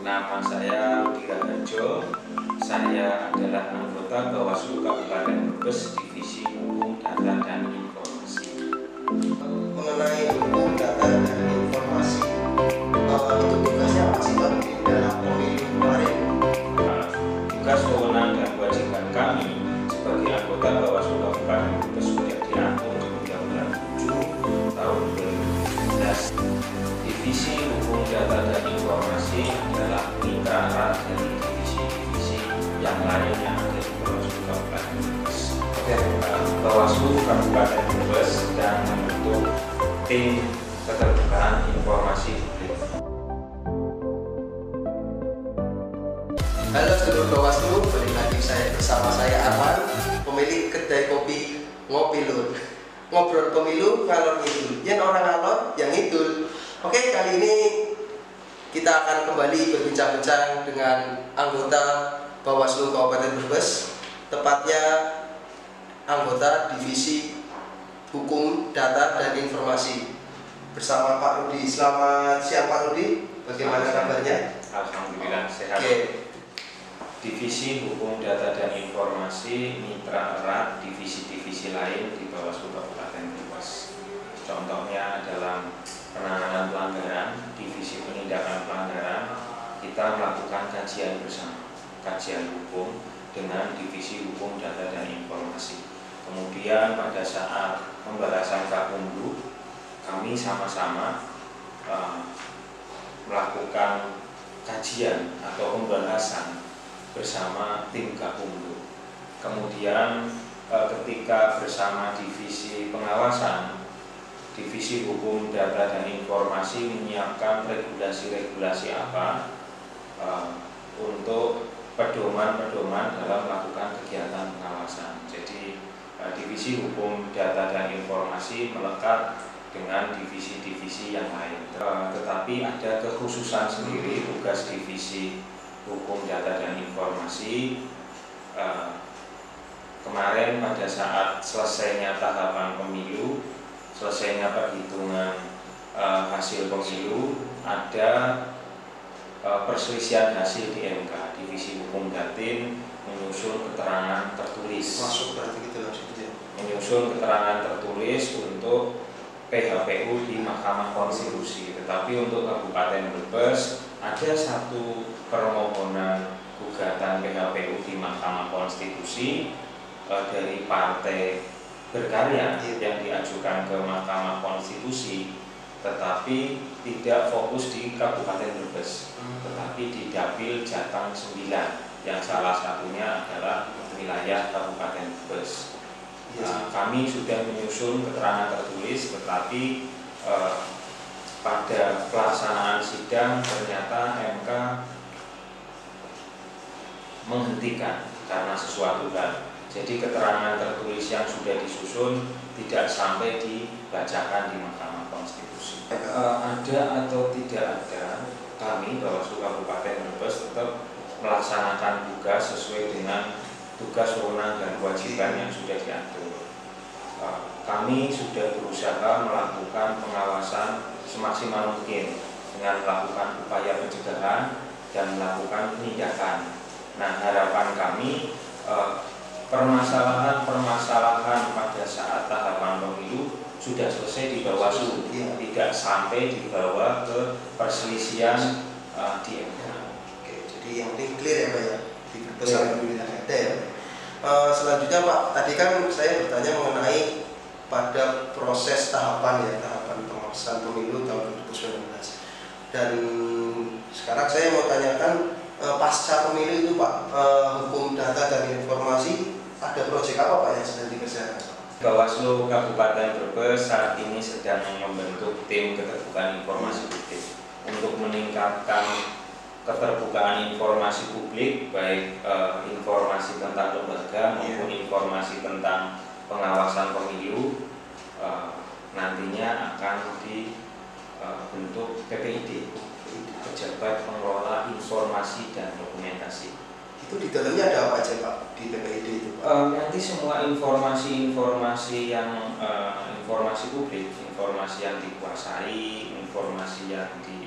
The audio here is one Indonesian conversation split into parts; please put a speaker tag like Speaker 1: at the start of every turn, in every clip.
Speaker 1: Nama saya Rudi Raharjo. Saya adalah anggota Bawaslu Kabupaten Brebes, Divisi Hukum Data dan Informasi.
Speaker 2: Mengenai hukum data dan informasi, itu tugasnya apa sih Pak di dalam pemilu kemarin?
Speaker 1: Tugas, wewenang, dan kewajiban kami sebagai anggota Bawaslu Kabupaten Brebes sudah diatur di Undang-Undang 7 tahun 2017. Divisi Hukum Data dan Informasi adalah mitra erat dari divisi-divisi yang lain yang ada di Bawaslu Kabupaten Brebes. Bawaslu Kabupaten Brebes sedang membentuk tim keterbukaan informasi publik.
Speaker 2: Halo seluruh Bawaslu, balik lagi bersama saya Arman, pemilik kedai kopi Ngopilun. Ngobrol pemilu ngalor ngidul, yang orang ngalor yang ngidul. Oke, kali ini kita akan kembali berbincang-bincang dengan anggota Bawaslu Kabupaten Brebes, tepatnya anggota Divisi Hukum Data dan Informasi bersama Pak Rudi. Selamat siang Pak Rudi, bagaimana kabarnya?
Speaker 1: Alhamdulillah sehat.
Speaker 2: Oke.
Speaker 1: Divisi Hukum Data dan Informasi mitra erat divisi-divisi lain di Bawaslu Kabupaten Brebes. Contohnya adalah penanganan pelanggaran, divisi penindakan pelanggaran, kita melakukan kajian bersama, kajian hukum dengan divisi hukum data dan informasi. Kemudian pada saat pembahasan Kakumdu, kami sama-sama melakukan kajian atau pembahasan bersama tim Kakumdu. Kemudian ketika bersama divisi pengawasan, Divisi Hukum Data dan Informasi menyiapkan regulasi-regulasi apa untuk pedoman-pedoman dalam melakukan kegiatan pengawasan. Jadi Divisi Hukum Data dan Informasi melekat dengan divisi-divisi yang lain. Tetapi ada kekhususan sendiri tugas Divisi Hukum Data dan Informasi. Kemarin pada saat selesainya tahapan pemilu, selesainya perhitungan hasil pemilu, ada perselisihan hasil di MK. Divisi Hukum Datin menyusun keterangan tertulis.
Speaker 2: Masuk berarti gitu maksudnya.
Speaker 1: Menyusun keterangan tertulis untuk PHPU di Mahkamah Konstitusi. Tetapi untuk Kabupaten Brebes ada satu permohonan gugatan PHPU di Mahkamah Konstitusi dari Partai Berkarya yang diajukan ke Mahkamah Konstitusi, tetapi tidak fokus di Kabupaten Brebes, tetapi di Dapil Jateng 9 yang salah satunya adalah wilayah Kabupaten Brebes. Kami sudah menyusun keterangan tertulis, tetapi pada pelaksanaan sidang ternyata MK menghentikan karena sesuatu hal. Jadi keterangan tertulis yang sudah disusun tidak sampai dibacakan di Mahkamah Konstitusi. Ada atau tidak ada, kami Bawaslu Kabupaten Brebes tetap melaksanakan tugas sesuai dengan tugas, wewenang, dan kewajiban yang sudah diatur. Kami sudah berusaha melakukan pengawasan semaksimal mungkin dengan melakukan upaya pencegahan dan melakukan penindakan. Nah, harapan kami permasalahan-permasalahan pada saat tahapan pemilu sudah selesai di Bawaslu, tidak sampai dibawa ke perselisihan di MK.
Speaker 2: Oke, jadi yang penting clear ya Pak ya, di pesan pemilihan ada ya. Selanjutnya Pak, tadi kan saya bertanya mengenai pada proses tahapan ya, tahapan pengawasan pemilu tahun 2019. Dan sekarang saya mau tanyakan pasca pemilu itu Pak, hukum data dan informasi ada proyek apa Pak yang sedang dikerjakan?
Speaker 1: Bawaslu Kabupaten Brebes saat ini sedang membentuk tim keterbukaan informasi publik untuk meningkatkan keterbukaan informasi publik, baik informasi tentang lembaga maupun informasi tentang pengawasan pemilu. Nantinya akan dibentuk PPID, Pejabat Pengelola Informasi dan Dokumentasi.
Speaker 2: Itu di dalamnya ada apa aja Pak di PPID itu Pak?
Speaker 1: Nanti semua informasi-informasi yang informasi publik, informasi yang dikuasai, informasi yang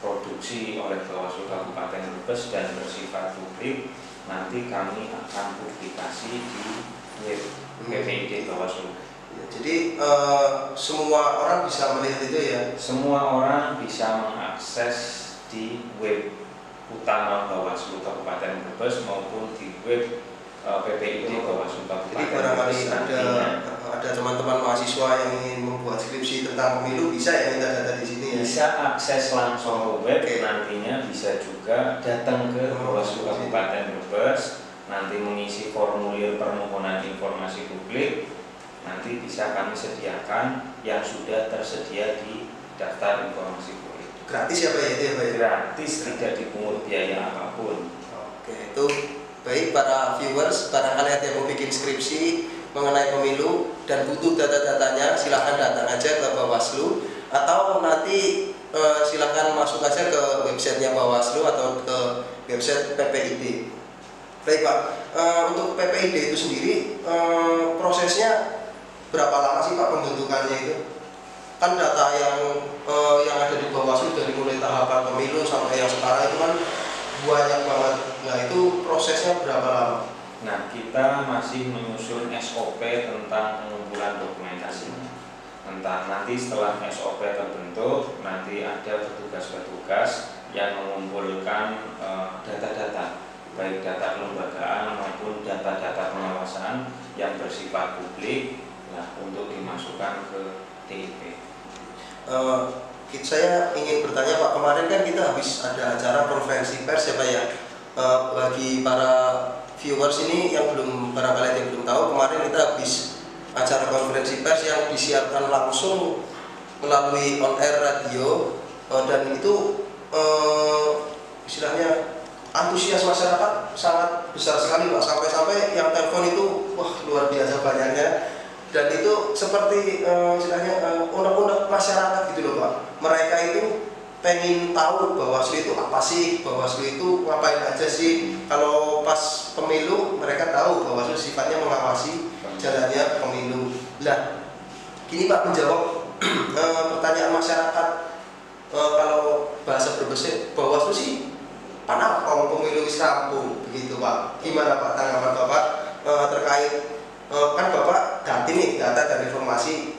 Speaker 1: produksi oleh Bawaslu Kabupaten Brebes dan bersifat publik, nanti kami akan publikasi di web PPID Bawaslu.
Speaker 2: Ya, jadi semua orang bisa melihat itu ya?
Speaker 1: Semua orang bisa mengakses di web utama Bawaslu Kabupaten Brebes maupun di web PPID Bawaslu Kabupaten.
Speaker 2: Jadi barangkali ada teman-teman mahasiswa yang ingin membuat skripsi tentang pemilu, bisa ya minta data di sini ya?
Speaker 1: Bisa akses langsung ke web, nantinya bisa juga datang ke Bawaslu Kabupaten Brebes, nanti mengisi formulir permohonan informasi publik, nanti bisa kami sediakan yang sudah tersedia di daftar informasi publik.
Speaker 2: Gratis ya Pak ya? Itu ya Pak ya?
Speaker 1: Gratis, tidak dipungut biaya apapun.
Speaker 2: Oke, itu baik para viewers, barangkali ada yang mau bikin skripsi mengenai pemilu dan butuh data-datanya, silahkan datang aja ke Bawaslu, atau nanti silahkan masuk aja ke websitenya Bawaslu atau ke website PPID. Baik Pak, untuk PPID itu sendiri prosesnya berapa lama sih Pak pembentukannya itu? Kan data yang ada di Bawaslu dari mulai tahapan pemilu sampai yang sekarang itu kan banyak banget. Nah itu prosesnya berapa lama?
Speaker 1: Nah, kita masih menyusun SOP tentang pengumpulan dokumentasinya. Nanti setelah SOP terbentuk, nanti ada petugas-petugas yang mengumpulkan data-data, baik data kelembagaan maupun data-data pengawasan yang bersifat publik, nah, untuk dimasukkan ke TIP.
Speaker 2: Saya ingin bertanya Pak, kemarin kan kita habis ada acara konferensi pers ya Pak ya. Bagi para viewers ini yang barangkali yang belum tahu, kemarin kita habis acara konferensi pers yang disiarkan langsung melalui on air radio, dan itu istilahnya antusias masyarakat sangat besar sekali Pak, sampai-sampai yang telepon itu wah luar biasa banyaknya, dan itu seperti istilahnya unek-unek masyarakat gitu loh Pak. Mereka itu pengen tahu Bawaslu itu apa sih, Bawaslu itu ngapain aja sih. Kalau pas pemilu mereka tahu Bawaslu sifatnya mengawasi jalannya pemilu. Nah, gini Pak, menjawab pertanyaan masyarakat, kalau bahasa Brebesnya Bawaslu sih panah kalau pemilu rampung begitu Pak. Gimana Pak tanggapan Bapak terkait kan Bapak ganti nih data dan informasi.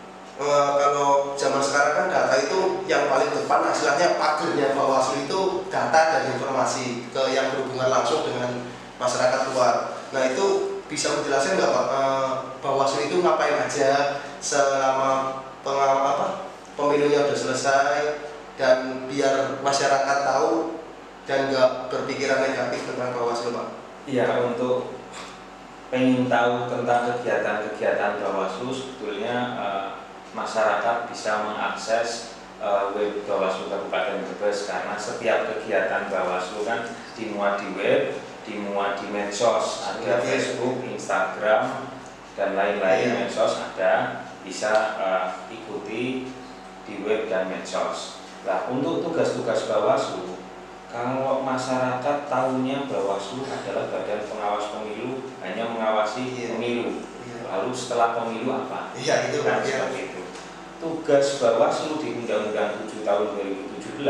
Speaker 2: Kalau zaman sekarang kan data itu yang paling depan, hasilnya pagernya Bawaslu itu data dan informasi yang berhubungan langsung dengan masyarakat luar. Nah itu bisa menjelaskan nggak Pak, Bawaslu itu ngapain aja selama pemilunya udah selesai, dan biar masyarakat tahu dan nggak berpikiran negatif tentang Bawaslu Pak?
Speaker 1: Iya, untuk pengen tahu tentang kegiatan-kegiatan Bawaslu, sebetulnya masyarakat bisa mengakses web Bawaslu Kabupaten Brebes, karena setiap kegiatan Bawaslu kan dimuat di web, dimuat di medsos, ada Facebook, Instagram, dan lain-lain medsos ada, bisa ikuti di web dan medsos. Nah, untuk tugas-tugas Bawaslu, kalau masyarakat tahunya Bawaslu adalah badan pengawas pemilu, hanya mengawasi pemilu. Lalu setelah pemilu apa?
Speaker 2: Iya, itu
Speaker 1: kan seperti itu. Tugas Bawaslu di Undang-Undang 7 tahun 2017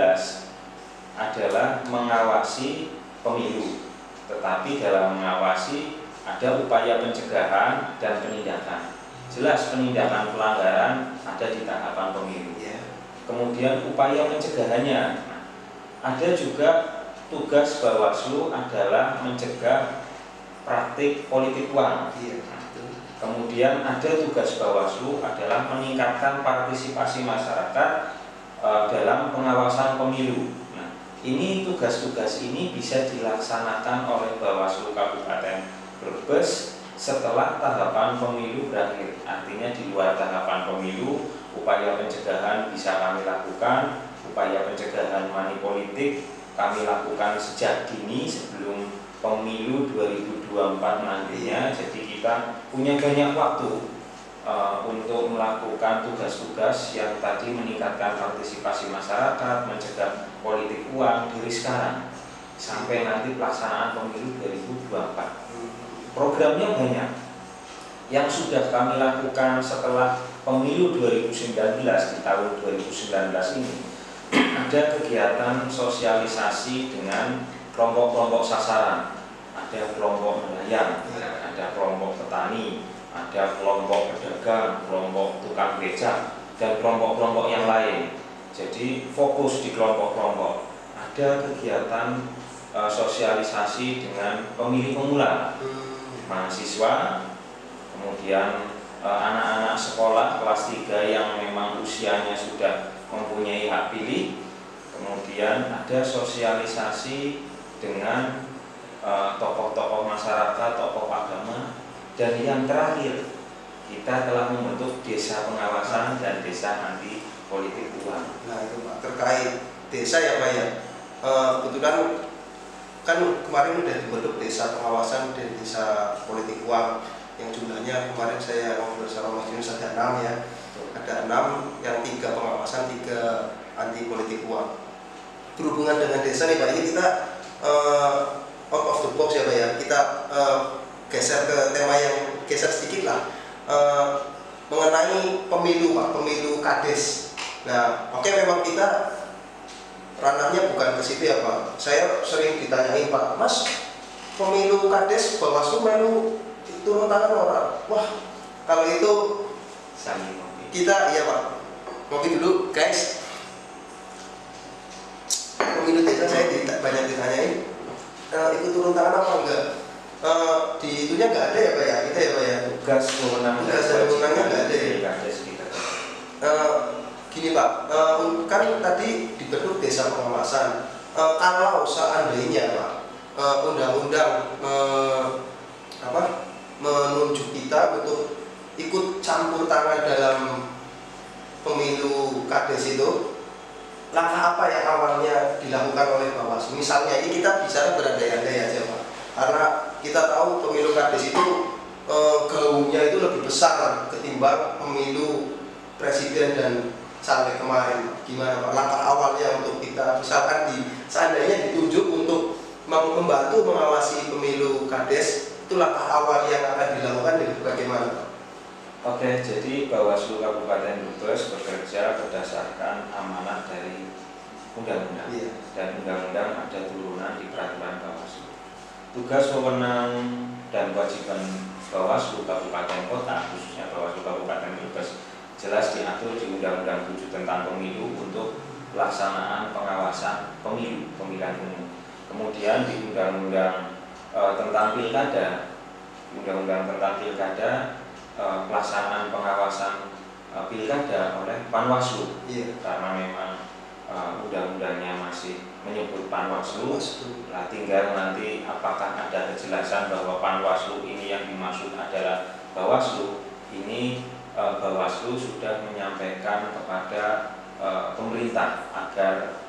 Speaker 1: adalah mengawasi pemilu. Tetapi dalam mengawasi ada upaya pencegahan dan penindakan. Jelas penindakan pelanggaran ada di tahapan pemilu. Kemudian upaya pencegahannya, ada juga tugas Bawaslu adalah mencegah praktik politik uang. Kemudian ada tugas Bawaslu adalah meningkatkan partisipasi masyarakat dalam pengawasan pemilu. Nah, ini tugas-tugas ini bisa dilaksanakan oleh Bawaslu Kabupaten Brebes setelah tahapan pemilu berakhir. Artinya di luar tahapan pemilu, upaya pencegahan bisa kami lakukan, upaya pencegahan money politik kami lakukan sejak dini sebelum pemilu 2024 nantinya. Jadi kita punya banyak waktu untuk melakukan tugas-tugas yang tadi meningkatkan partisipasi masyarakat, mencegah politik uang dari sekarang sampai nanti pelaksanaan pemilu 2024. Programnya banyak yang sudah kami lakukan setelah pemilu 2019 di tahun 2019 ini. ada kegiatan sosialisasi dengan kelompok-kelompok sasaran. Ada kelompok nelayan, ada kelompok petani, ada kelompok pedagang, kelompok tukang becak, dan kelompok-kelompok yang lain. Jadi fokus di kelompok-kelompok. Ada kegiatan sosialisasi dengan pemilih pemula, mahasiswa, kemudian anak-anak sekolah kelas 3 yang memang usianya sudah mempunyai hak pilih. Kemudian ada sosialisasi dengan tokoh-tokoh masyarakat, tokoh agama, dan yang terakhir kita telah membentuk desa pengawasan dan desa anti politik uang.
Speaker 2: Nah itu Pak, terkait desa ya Pak ya, kebetulan kan kemarin udah dibentuk desa pengawasan dan desa politik uang yang jumlahnya kemarin saya ngobrol sama Mas Yunus ada 6 ya, ada 6 yang 3 pengawasan, 3 anti politik uang. Berhubungan dengan desa nih Pak, ini kita out of the box ya Pak ya, kita geser ke tema yang geser sedikit lah, mengenai pemilu Pak, pemilu Kades. Nah oke, memang kita ranahnya bukan ke situ ya Pak. Saya sering ditanyain Pak, Mas pemilu Kades Bawaslu melu turun tangan orang. Wah kalau itu kita iya Pak, ngopi dulu guys. Pemilu desa saya banyak ditanyain, ikut turun tangan apa enggak? Di itunya nggak ada ya Pak ya, kita ya Pak ya.
Speaker 1: Tugas wewenangnya
Speaker 2: nggak ada ya. Gini Pak, kan tadi dibentuk desa pengawasan. Kalau seandainya Pak, undang-undang menunjuk kita untuk ikut campur tangan dalam pemilu Kades itu, langkah apa yang awalnya dilakukan oleh Bawaslu? Misalnya ini kita bicara berandai-andai aja Pak, karena kita tahu pemilu Kades itu gaungnya itu lebih besar ketimbang pemilu presiden dan sampai kemarin. Gimana Pak langkah awalnya untuk kita, misalkan seandainya ditunjuk untuk membantu mengawasi pemilu Kades, itu langkah awal yang akan dilakukan bagaimana Pak?
Speaker 1: Oke, jadi Bawaslu Kabupaten Brebes bekerja berdasarkan amanat dari undang-undang, dan undang-undang ada turunan di peraturan Bawaslu. Tugas, wewenang, dan kewajiban Bawaslu Kabupaten Kota, khususnya Bawaslu Kabupaten Brebes, jelas diatur di Undang-Undang 7 tentang pemilu untuk pelaksanaan pengawasan pemilu, pemilihan umum. Kemudian di Undang-Undang tentang pilkada, Undang-Undang tentang pilkada, pelaksanaan pengawasan pilkada oleh Panwaslu, karena memang undang-undangnya masih menyebut Panwaslu. Nah, tinggal nanti apakah ada kejelasan bahwa Panwaslu ini yang dimaksud adalah Bawaslu. Ini Bawaslu sudah menyampaikan kepada pemerintah agar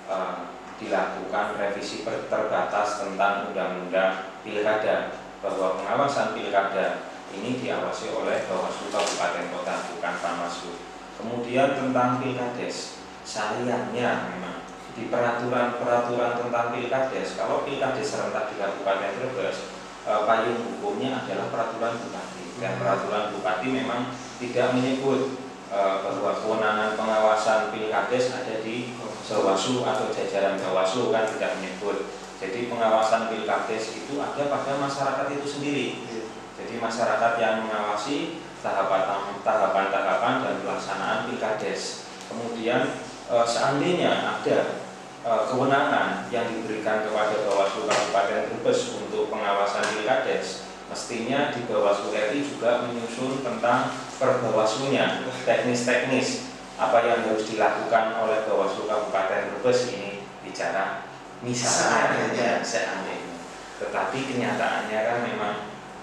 Speaker 1: dilakukan revisi terbatas tentang undang-undang pilkada, bahwa pengawasan pilkada ini diawasi oleh Bawaslu Kabupaten Kota, bukan Panwaslu. Kemudian tentang Pilkades, sayangnya memang di peraturan tentang Pilkades, kalau Pilkades serentak di Kabupaten Brebes, payung hukumnya adalah peraturan bupati, dan peraturan bupati memang tidak menyebut bahwa kewenangan pengawasan Pilkades ada di Bawaslu atau jajaran Bawaslu, kan tidak menyebut. Jadi pengawasan Pilkades itu ada pada masyarakat itu sendiri. Jadi masyarakat yang mengawasi tahapan-tahapan dan pelaksanaan Pilkades. Kemudian seandainya ada kewenangan yang diberikan kepada Bawaslu Kabupaten Brebes untuk pengawasan Pilkades, mestinya di Bawaslu RI juga menyusun tentang perbawaslunya, teknis-teknis apa yang harus dilakukan oleh Bawaslu Kabupaten Brebes. Ini bicara misalnya, seandainya. Tetapi kenyataannya kan memang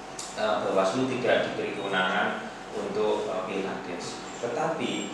Speaker 1: Bawaslu tidak diberi kewenangan untuk Pilkades. Tetapi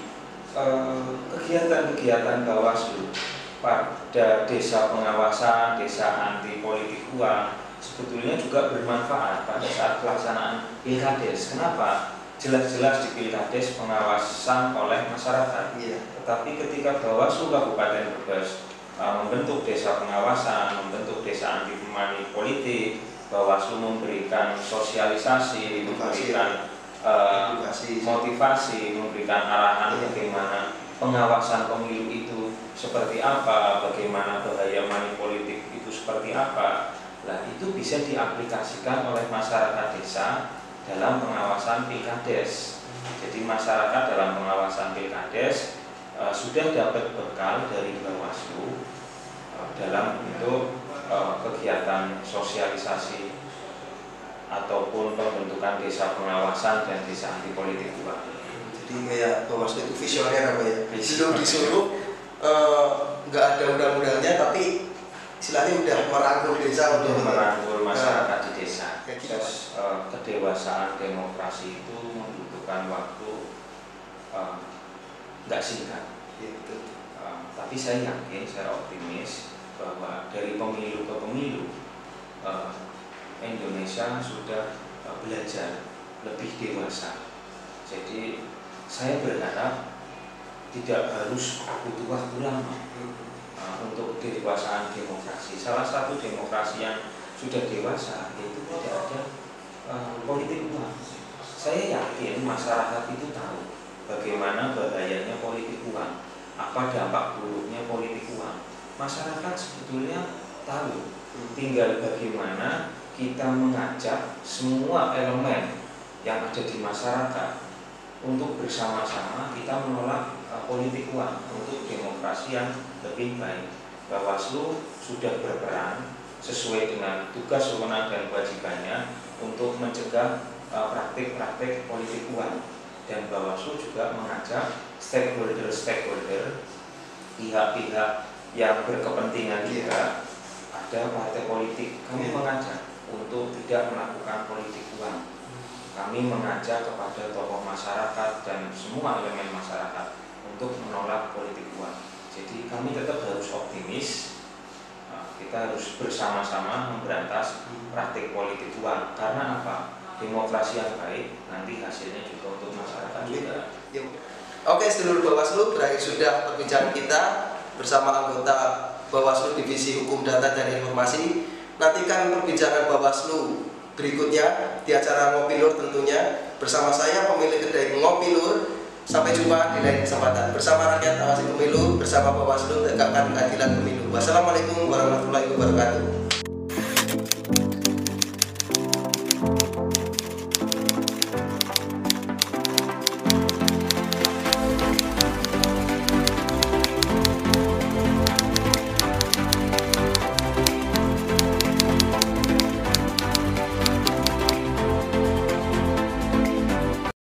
Speaker 1: kegiatan-kegiatan Bawaslu pada desa pengawasan, desa anti politik uang sebetulnya juga bermanfaat pada saat pelaksanaan Pilkades. Kenapa? Jelas-jelas di Pilkades pengawasan oleh masyarakat. Tetapi ketika Bawaslu Kabupaten Brebes membentuk desa pengawasan, membentuk desa anti money politik, Bawaslu memberikan sosialisasi, memberikan motivasi, memberikan arahan bagaimana pengawasan pemilu itu seperti apa, bagaimana bahaya money politik itu seperti apa. Nah, itu bisa diaplikasikan oleh masyarakat desa dalam pengawasan Pilkades. Jadi masyarakat dalam pengawasan Pilkades sudah dapat bekal dari Bawaslu dalam bentuk kegiatan sosialisasi ataupun pembentukan desa pengawasan dan desa anti politik uang.
Speaker 2: Jadi kayak Bawaslu itu visioner apa ya? Belum disuruh, nggak ada undang-undangnya, tapi istilahnya udah merangkul desa,
Speaker 1: udah merangkul masyarakat di desa.
Speaker 2: Terus
Speaker 1: kedewasaan demokrasi itu membutuhkan waktu nggak singkat.
Speaker 2: Ya, betul.
Speaker 1: Tapi saya yakin, saya optimis bahwa dari pemilu ke pemilu Indonesia sudah belajar lebih dewasa. Jadi saya berharap tidak harus butuh waktu lama untuk kedewasaan demokrasi. Salah satu demokrasi yang sudah dewasa itu tidak ada politik uang. Saya yakin masyarakat itu tahu bagaimana bahayanya politik uang, apa dampak buruknya politik uang. Masyarakat sebetulnya tahu, tinggal bagaimana kita mengajak semua elemen yang ada di masyarakat untuk bersama-sama kita menolak politik uang untuk demokrasi yang lebih baik. Bawaslu sudah berperan sesuai dengan tugas, wewenang dan kewajibannya untuk mencegah praktik-praktik politik uang, dan Bawaslu juga mengajak stakeholder, pihak-pihak yang berkepentingan juga, ada partai politik, kami mengajak untuk tidak melakukan politik uang. Kami mengajak kepada tokoh masyarakat dan semua elemen masyarakat untuk menolak politik uang. Jadi kami tetap harus optimis, kita harus bersama-sama memberantas praktik politik uang. Karena apa? Demokrasi yang baik nanti hasilnya juga untuk masyarakat juga.
Speaker 2: Oke, seluruh Bawaslu, berakhir sudah perbincangan kita bersama anggota Bawaslu Divisi Hukum Data dan Informasi. Nantikan perbincangan Bawaslu berikutnya di acara Ngopi Lur tentunya bersama saya pemilik kedai Ngopi Lur. Sampai jumpa di lain kesempatan bersama rakyat awasi pemilu, bersama Bawaslu tegakkan keadilan pemilu. Wassalamualaikum warahmatullahi wabarakatuh.